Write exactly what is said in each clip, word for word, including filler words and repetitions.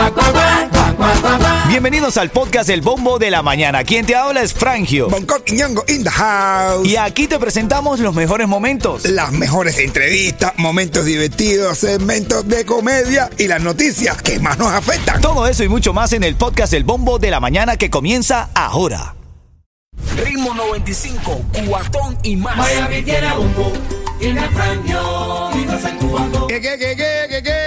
Bienvenidos al podcast El Bombo de la Mañana. Quien te habla es Frangio. Bonco y Ñongo in the house. Y aquí te presentamos los mejores momentos. Las mejores entrevistas, momentos divertidos, segmentos de comedia y las noticias que más nos afectan. Todo eso y mucho más en el podcast El Bombo de la Mañana que comienza ahora. Ritmo noventa y cinco, Cubatón y más. Miami tiene bombo, tiene Frangio y no se cubano. ¿Qué, qué, qué, qué, qué, qué?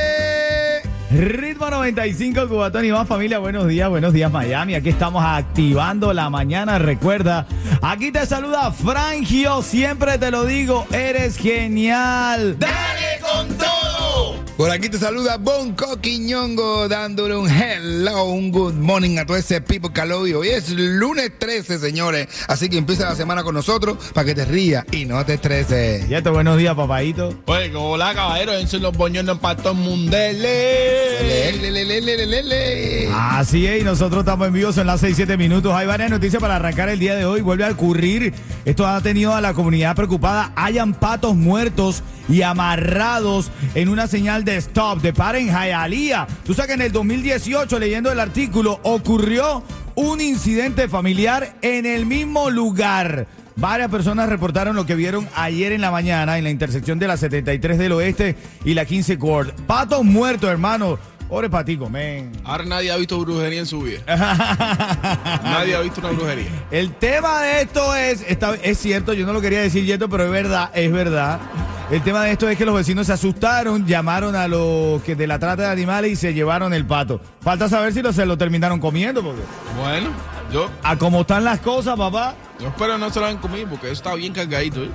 Ritmo noventa y cinco, Cubatón y más, familia. Buenos días, buenos días, Miami. Aquí estamos activando la mañana. Recuerda, aquí te saluda Frangio. Siempre te lo digo, eres genial. ¡Dale con todo! Por aquí te saluda Bonco Quiñongo dándole un hello, un good morning a todo ese people que lo oye. Hoy es lunes trece, señores. Así que empieza la semana con nosotros para que te rías y no te estreses. Yeto, buenos días, papadito. Oye, hola, caballero. Esos son los boñones para todo el mundele. Le, le, le, le, le, le. Así es, y nosotros estamos en vivo, son las seis, siete minutos. Hay varias noticias para arrancar el día de hoy. Vuelve a ocurrir. Esto ha tenido a la comunidad preocupada. Hayan patos muertos y amarrados en una señal de stop, de para en Hialeah. Tú sabes que en el dos mil dieciocho, leyendo el artículo, ocurrió un incidente familiar en el mismo lugar. Varias personas reportaron lo que vieron ayer en la mañana en la intersección de la setenta y tres del Oeste y la quince Court. Patos muertos, hermano. Pobre patico, men. Ahora nadie ha visto brujería en su vida. Nadie ha visto una brujería. El tema de esto es, está, es cierto, yo no lo quería decir, Yeto, pero es verdad, es verdad. El tema de esto es que los vecinos se asustaron, llamaron a los que de la trata de animales y se llevaron el pato. Falta saber si lo, se lo terminaron comiendo, porque Bueno, yo, a cómo están las cosas, papá. yo espero no se lo hayan comido porque eso está bien cargadito, ¿eh?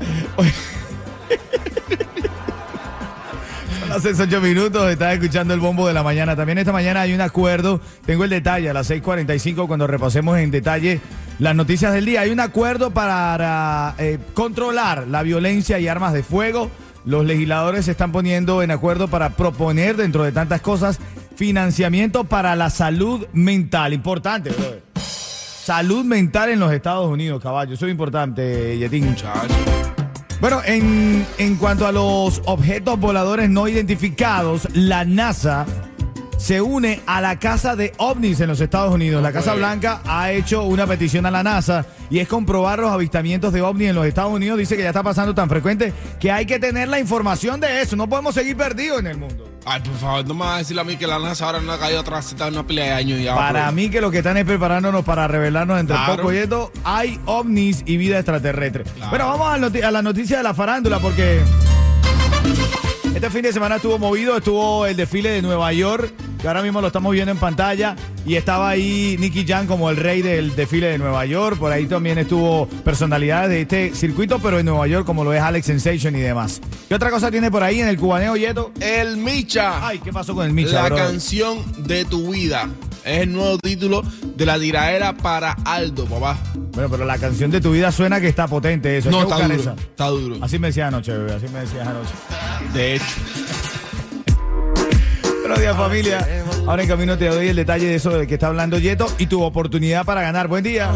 A las seis, ocho minutos, estás escuchando el Bombo de la Mañana. También esta mañana hay un acuerdo, tengo el detalle a las seis cuarenta y cinco cuando repasemos en detalle las noticias del día. Hay un acuerdo para eh, controlar la violencia y armas de fuego. Los legisladores se están poniendo en acuerdo para proponer, dentro de tantas cosas, financiamiento para la salud mental. Importante, brother. Salud mental en los Estados Unidos, caballo. Eso es importante, Yetín. Muchacho. Bueno, en, en cuanto a los objetos voladores no identificados, la NASA se une a la Casa de OVNIs en los Estados Unidos. La Casa Blanca ha hecho una petición a la NASA y es comprobar los avistamientos de OVNIs en los Estados Unidos. Dice que ya está pasando tan frecuente que hay que tener la información de eso. No podemos seguir perdidos en el mundo. Ay, por favor, no me vas a decir a mí que la NASA ahora no ha caído atrás en una pila de años ya. Para pero... mí que lo que están es preparándonos para revelarnos entre Claro. poco y esto, hay ovnis y vida extraterrestre. Claro. Bueno, vamos a, noti- a la noticia de la farándula porque este fin de semana estuvo movido, estuvo el desfile de Nueva York, que ahora mismo lo estamos viendo en pantalla, y estaba ahí Nicky Jam como el rey del desfile de Nueva York. Por ahí también estuvo personalidades de este circuito, pero en Nueva York, como lo es Alex Sensation y demás. ¿Qué otra cosa tiene por ahí en el cubaneo, Yeto? El Micha. Ay, ¿qué pasó con el Micha, La bro? canción de tu vida. Es el nuevo título de la tiradera para Aldo, papá. Bueno, pero la canción de tu vida suena que está potente eso. Hay No, que está buscar duro. esa. Está duro. Así me decías anoche, bebé, así me decías anoche. De hecho. Buenos días, familia. Ahora en camino te doy el detalle de eso de que está hablando Yeto y tu oportunidad para ganar. Buen día.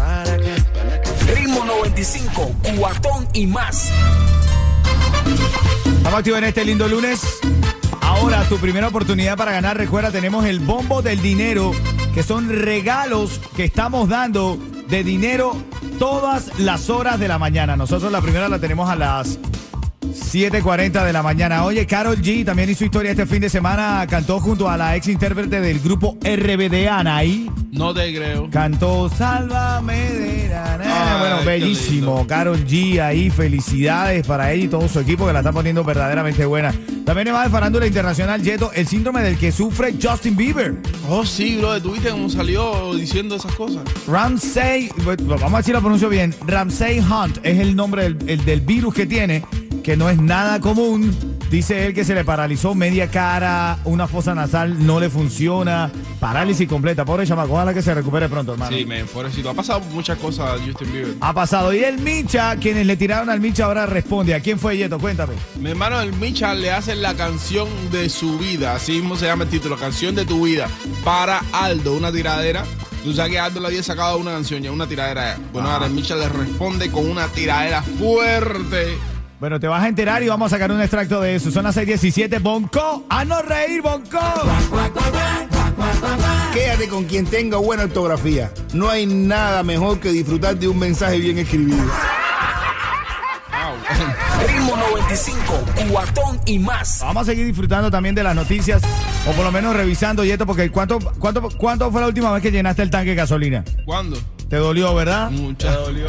Ritmo noventa y cinco, Cubatón y más. Estamos activos en este lindo lunes. Ahora, tu primera oportunidad para ganar. Recuerda, tenemos el bombo del dinero, que son regalos que estamos dando de dinero todas las horas de la mañana. Nosotros la primera la tenemos a las siete cuarenta de la mañana. Oye, Karol G también hizo historia este fin de semana. Cantó junto a la ex intérprete del grupo R B D, Anaí. No te creo. Cantó Sálvame de la nena. Ay, Bueno, qué bellísimo. lindo. Karol G ahí. Felicidades para ella y todo su equipo que la está poniendo verdaderamente buena. También es más de farándula internacional, Yeto, el síndrome del que sufre Justin Bieber. Oh, sí, bro. ¿Tú viste cómo salió diciendo esas cosas? Ramsey, vamos a ver si lo pronuncio bien. Ramsey Hunt es el nombre del, el, del virus que tiene, que no es nada común. Dice él que se le paralizó media cara, una fosa nasal no le funciona, parálisis completa. Pobre chamaco, ojalá que se recupere pronto, hermano. Sí, men, pobrecito. Ha pasado muchas cosas a Justin Bieber. Ha pasado. Y el Micha, quienes le tiraron al Micha ahora responde. ¿A quién fue, Yeto? Cuéntame. Mi hermano, el Micha le hace la canción de su vida. Así mismo se llama el título, Canción de tu vida. Para Aldo, una tiradera. Tú sabes que Aldo le había sacado una canción ya, una tiradera. Bueno, ahora el Micha le responde con una tiradera fuerte. Bueno, te vas a enterar y vamos a sacar un extracto de eso. Son las seis diecisiete. Bonco, a no reír, Bonco. con quien tenga buena ortografía. No hay nada mejor que disfrutar de un mensaje bien escribido. Ritmo noventa y cinco, Cubatón y más. Vamos a seguir disfrutando también de las noticias, o por lo menos revisando, Yeto, porque ¿cuánto, cuánto, ¿cuánto fue la última vez que llenaste el tanque de gasolina? ¿Cuándo? ¿Te dolió, verdad? Mucho. Te dolió.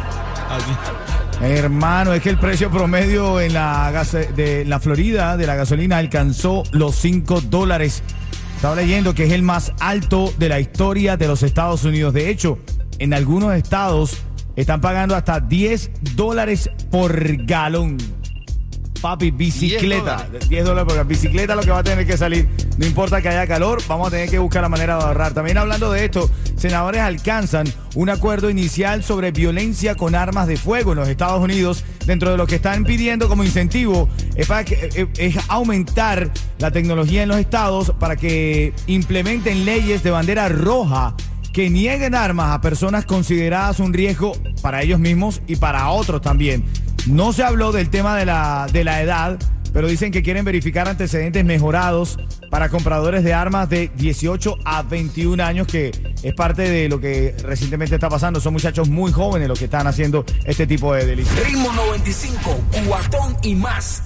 Hermano, es que el precio promedio en la, gas de la Florida de la gasolina alcanzó los cinco dólares. Estaba leyendo que es el más alto de la historia de los Estados Unidos. De hecho, en algunos estados están pagando hasta diez dólares por galón. Papi, bicicleta. diez dólares por bicicleta, lo que va a tener que salir. No importa que haya calor, vamos a tener que buscar la manera de ahorrar. También hablando de esto, senadores alcanzan un acuerdo inicial sobre violencia con armas de fuego en los Estados Unidos. Dentro de lo que están pidiendo como incentivo es, para que, es aumentar la tecnología en los estados para que implementen leyes de bandera roja que nieguen armas a personas consideradas un riesgo para ellos mismos y para otros también. No se habló del tema de la, de la edad, pero dicen que quieren verificar antecedentes mejorados para compradores de armas de dieciocho a veintiún años, que es parte de lo que recientemente está pasando. Son muchachos muy jóvenes los que están haciendo este tipo de delitos. Ritmo noventa y cinco, Cubatón y más.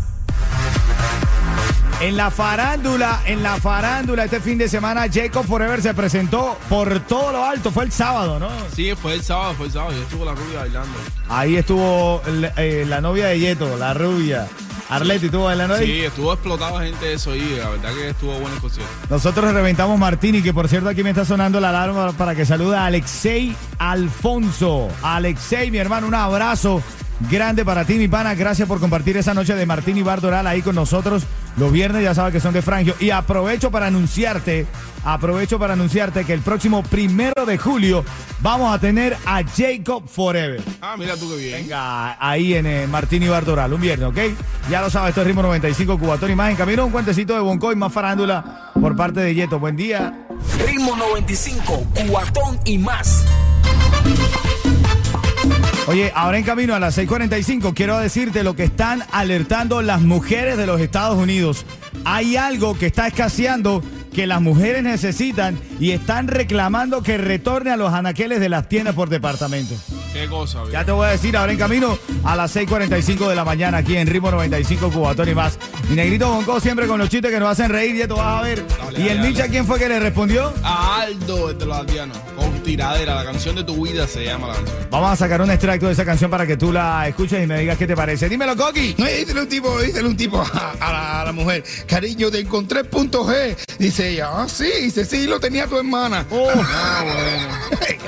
En la farándula, en la farándula este fin de semana, Jacob Forever se presentó por todo lo alto. Fue el sábado, ¿no? Sí, fue el sábado, fue el sábado. Y estuvo la rubia bailando. Ahí estuvo eh, la novia de Yeto, la rubia. Arleti, ¿estuvo bailando ahí? Sí, estuvo explotado gente eso y la verdad que estuvo bueno el concierto. Nosotros reventamos Martini, que por cierto aquí me está sonando la alarma para que salude a Alexei Alfonso. Alexei, mi hermano, un abrazo grande para ti, mi pana. Gracias por compartir esa noche de Martini Bar Doral ahí con nosotros. Los viernes ya sabes que son de Frangio. Y aprovecho para anunciarte, aprovecho para anunciarte que el próximo primero de julio vamos a tener a Jacob Forever. Ah, mira tú qué bien. Venga, ahí en eh, Martini Bar Doral, un viernes, ¿ok? Ya lo sabes, esto es Ritmo noventa y cinco, Cubatón y más. En camino un cuentecito de Bonco y más farándula por parte de Yeto. Buen día. Ritmo noventa y cinco, Cubatón y más. Oye, ahora en camino a las seis cuarenta y cinco quiero decirte lo que están alertando las mujeres de los Estados Unidos. Hay algo que está escaseando que las mujeres necesitan y están reclamando que retorne a los anaqueles de las tiendas por departamento. Qué cosa, bien. Ya te voy a decir ahora en camino a las seis cuarenta y cinco de la mañana aquí en Ritmo noventa y cinco, Cubatón y más. Mi negrito Bonco siempre con los chistes que nos hacen reír y esto vas a ver. Dale, ¿Y dale, el dale. Micha quién fue que le respondió? A Aldo de los Latianos, con tiradera. La canción de tu vida se llama la canción. Vamos a sacar un extracto de esa canción para que tú la escuches y me digas qué te parece. Dímelo, Coqui. No, dísele un tipo, dísele un tipo a, a, la, a la mujer. Cariño, te encontré punto G. Dice ella, ah, sí. Dice, sí, lo tenía tu hermana. Oh. Ah, bueno. Qué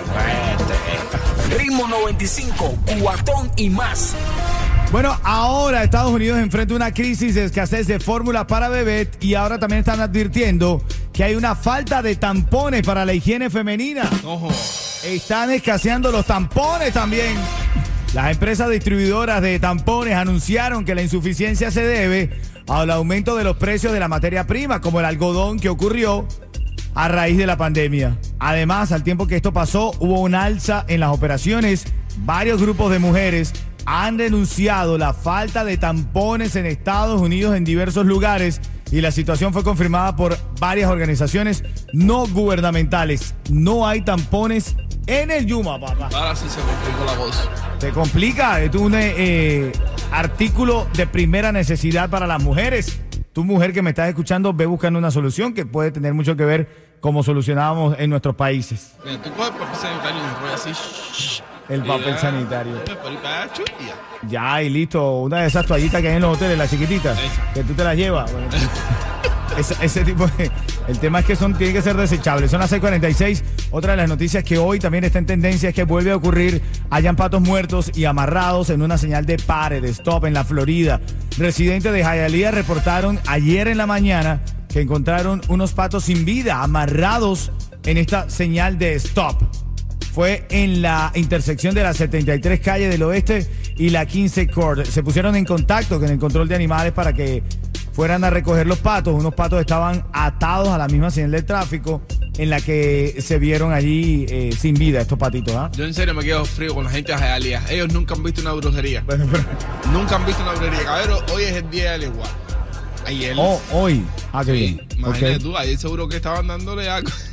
fuerte. Ritmo noventa y cinco, Cubatón y más. Bueno, ahora Estados Unidos enfrenta una crisis de escasez de fórmulas para bebés y ahora también están advirtiendo que hay una falta de tampones para la higiene femenina. Ojo. Están escaseando los tampones también. Las empresas distribuidoras de tampones anunciaron que la insuficiencia se debe al aumento de los precios de la materia prima, como el algodón que ocurrió a raíz de la pandemia. Además, al tiempo que esto pasó, hubo un alza en las operaciones. Varios grupos de mujeres han denunciado la falta de tampones en Estados Unidos en diversos lugares y la situación fue confirmada por varias organizaciones no gubernamentales. No hay tampones en el Yuma, papá. Ahora sí se complicó la voz. Se complica. Es un eh, artículo de primera necesidad para las mujeres. Tú, mujer que me estás escuchando, ve buscando una solución que puede tener mucho que ver cómo solucionábamos en nuestros países. Mira, tú coges papel sanitario y enrollas así. Shh, El y papel ya, sanitario. por ahí para allá, y ya. Ya, y listo. Una de esas toallitas que hay en los hoteles, las chiquititas, Esa. que tú te las llevas. Bueno, ese, ese tipo de... El tema es que son tienen que ser desechables. Son las seis cuarenta y seis. Otra de las noticias que hoy también está en tendencia es que vuelve a ocurrir. Hayan patos muertos y amarrados en una señal de pare, de stop en la Florida. Residentes de Hialeah reportaron ayer en la mañana que encontraron unos patos sin vida amarrados en esta señal de stop. Fue en la intersección de la setenta y tres calle del oeste y la quince Court. Se pusieron en contacto con el control de animales para que fueran a recoger los patos. Unos patos estaban atados a la misma señal de tráfico en la que se vieron allí eh, sin vida estos patitos. ¿Ah? Yo en serio me quedo frío con la gente de Hialeah. Ellos nunca han visto una brujería. Bueno, pero... Nunca han visto una brujería. Cabrero, hoy es el día del igual. Ayer. Oh, hoy. Ah, qué Sí, bien. imagínate Ok. tú, ayer seguro que estaban dándole algo.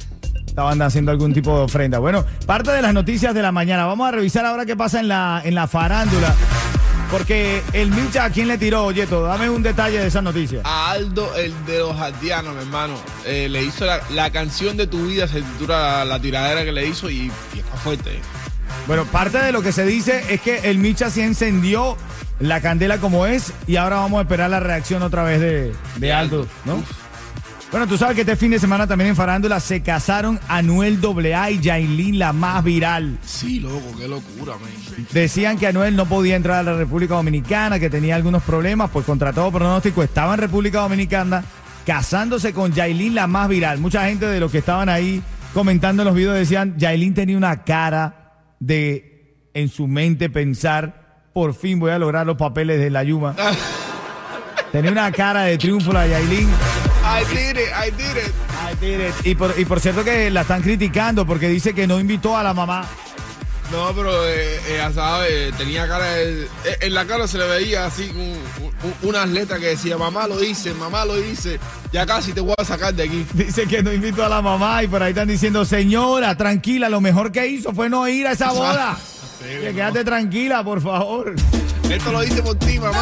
estaban haciendo algún tipo de ofrenda. Bueno, parte de las noticias de la mañana. Vamos a revisar ahora qué pasa en la, en la farándula. Porque el Micha, ¿a quién le tiró, Oyeto? Dame un detalle de esa noticia. A Aldo, el de los Aldeanos, mi hermano. Eh, le hizo la, la canción de tu vida, se titula la, la tiradera que le hizo y, y está fuerte. Bueno, parte de lo que se dice es que el Micha sí encendió la candela como es y ahora vamos a esperar la reacción otra vez de, de Aldo, ¿no? Uf. Bueno, tú sabes que este fin de semana también en farándula se casaron Anuel doble A y Yailin, la más viral. Sí, loco, qué locura, man. Decían que Anuel no podía entrar a la República Dominicana, que tenía algunos problemas, pues contra todo pronóstico estaba en República Dominicana casándose con Yailin, la más viral. Mucha gente de los que estaban ahí comentando en los videos decían, Yailin tenía una cara de, en su mente, pensar, por fin voy a lograr los papeles de la Yuma. Tenía una cara de triunfo la Yailin. I did it, I did it. I did it. Y por, y por cierto que la están criticando porque dice que no invitó a la mamá. No, pero eh, ella sabe, tenía cara de, eh, en la cara se le veía así un, un, unas letras que decía, mamá lo dice, mamá lo dice, ya casi te voy a sacar de aquí. Dice que no invitó a la mamá y por ahí están diciendo, señora, tranquila, lo mejor que hizo fue no ir a esa boda. Sí, que quédate tranquila, por favor. Esto lo dice por ti, mamá.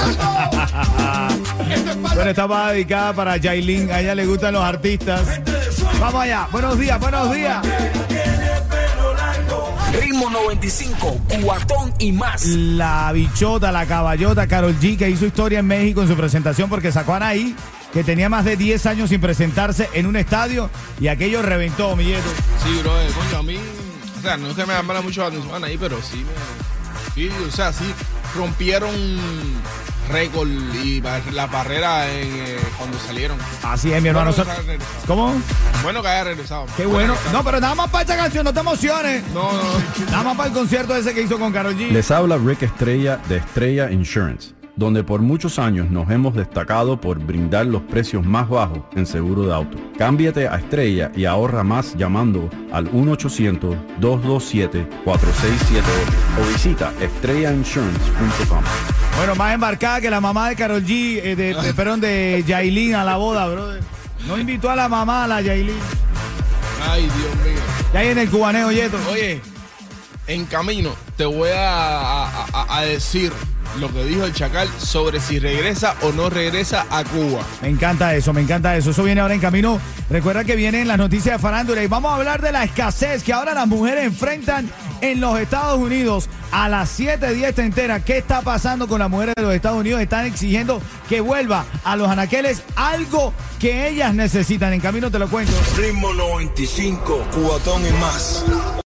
Bueno, esta va dedicada para Yailin. A ella le gustan los artistas. Vamos allá. Buenos días, buenos días. Ritmo noventa y cinco, Cubatón y más. La bichota, la caballota, Karol G, que hizo historia en México en su presentación porque sacó a Anaí, que tenía más de diez años sin presentarse en un estadio y aquello reventó, Milleto. Sí, bro, coño, a mí, o sea, no es que me llamara mucho la atención Anaí, pero sí me, sí, o sea, sí rompieron récord y la barrera en, eh, cuando salieron. Así es, mi hermano. Bueno, ¿Cómo? Bueno que haya regresado. Qué bueno. No, pero nada más para esta canción, no te emociones. No, no. Nada más para el concierto ese que hizo con Karol G. Les habla Rick Estrella de Estrella Insurance, donde por muchos años nos hemos destacado por brindar los precios más bajos en seguro de auto. Cámbiate a Estrella y ahorra más llamando al uno ochocientos, dos dos siete, cuatro seis siete ocho o visita estrella insurance punto com. Bueno, más embarcada que la mamá de Karol G, eh, de, de, perdón, de Yailin a la boda, brother. No invitó a la mamá a la Yailin. Ay, Dios mío. ¿Qué hay en el cubaneo, Yeto? Oye, en camino te voy a, a, a, a decir lo que dijo el Chacal sobre si regresa o no regresa a Cuba. Me encanta eso, me encanta eso. Eso viene ahora en camino. Recuerda que vienen las noticias de farándula y vamos a hablar de la escasez que ahora las mujeres enfrentan en los Estados Unidos. A las siete diez te entera qué está pasando con las mujeres de los Estados Unidos. Están exigiendo que vuelva a los anaqueles algo que ellas necesitan. En camino te lo cuento. Ritmo noventa y cinco, Cubatón y más.